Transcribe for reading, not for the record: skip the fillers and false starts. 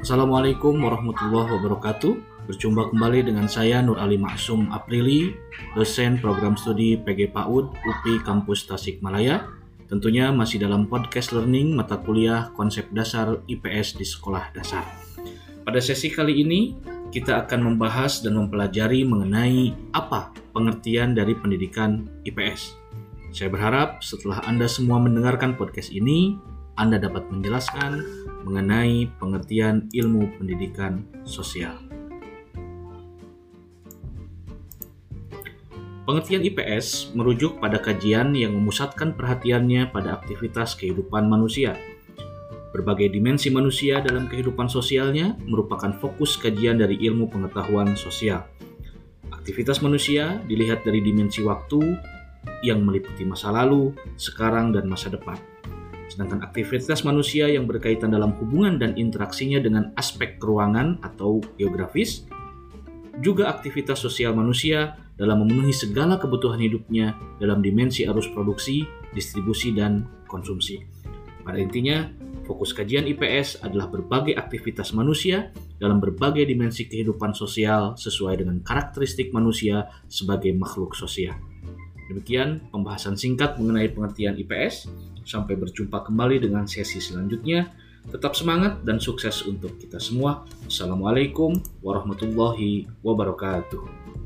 Assalamualaikum warahmatullahi wabarakatuh. Berjumpa kembali dengan saya Nur Ali Maksum Aprili, dosen program studi PG PAUD UPI Kampus Tasikmalaya. Tentunya masih dalam podcast learning mata kuliah konsep dasar IPS di sekolah dasar. Pada sesi kali ini, kita akan membahas dan mempelajari mengenai apa pengertian dari pendidikan IPS. Saya berharap setelah Anda semua mendengarkan podcast ini, Anda dapat menjelaskan mengenai pengertian ilmu pendidikan sosial. Pengertian IPS merujuk pada kajian yang memusatkan perhatiannya pada aktivitas kehidupan manusia. Berbagai dimensi manusia dalam kehidupan sosialnya merupakan fokus kajian dari ilmu pengetahuan sosial. Aktivitas manusia dilihat dari dimensi waktu yang meliputi masa lalu, sekarang, dan masa depan. Sedangkan aktivitas manusia yang berkaitan dalam hubungan dan interaksinya dengan aspek ruangan atau geografis, juga aktivitas sosial manusia dalam memenuhi segala kebutuhan hidupnya dalam dimensi arus produksi, distribusi, dan konsumsi. Pada intinya, fokus kajian IPS adalah berbagai aktivitas manusia dalam berbagai dimensi kehidupan sosial sesuai dengan karakteristik manusia sebagai makhluk sosial. Demikian pembahasan singkat mengenai pengertian IPS. Sampai berjumpa kembali dengan sesi selanjutnya. Tetap semangat dan sukses untuk kita semua. Assalamualaikum warahmatullahi wabarakatuh.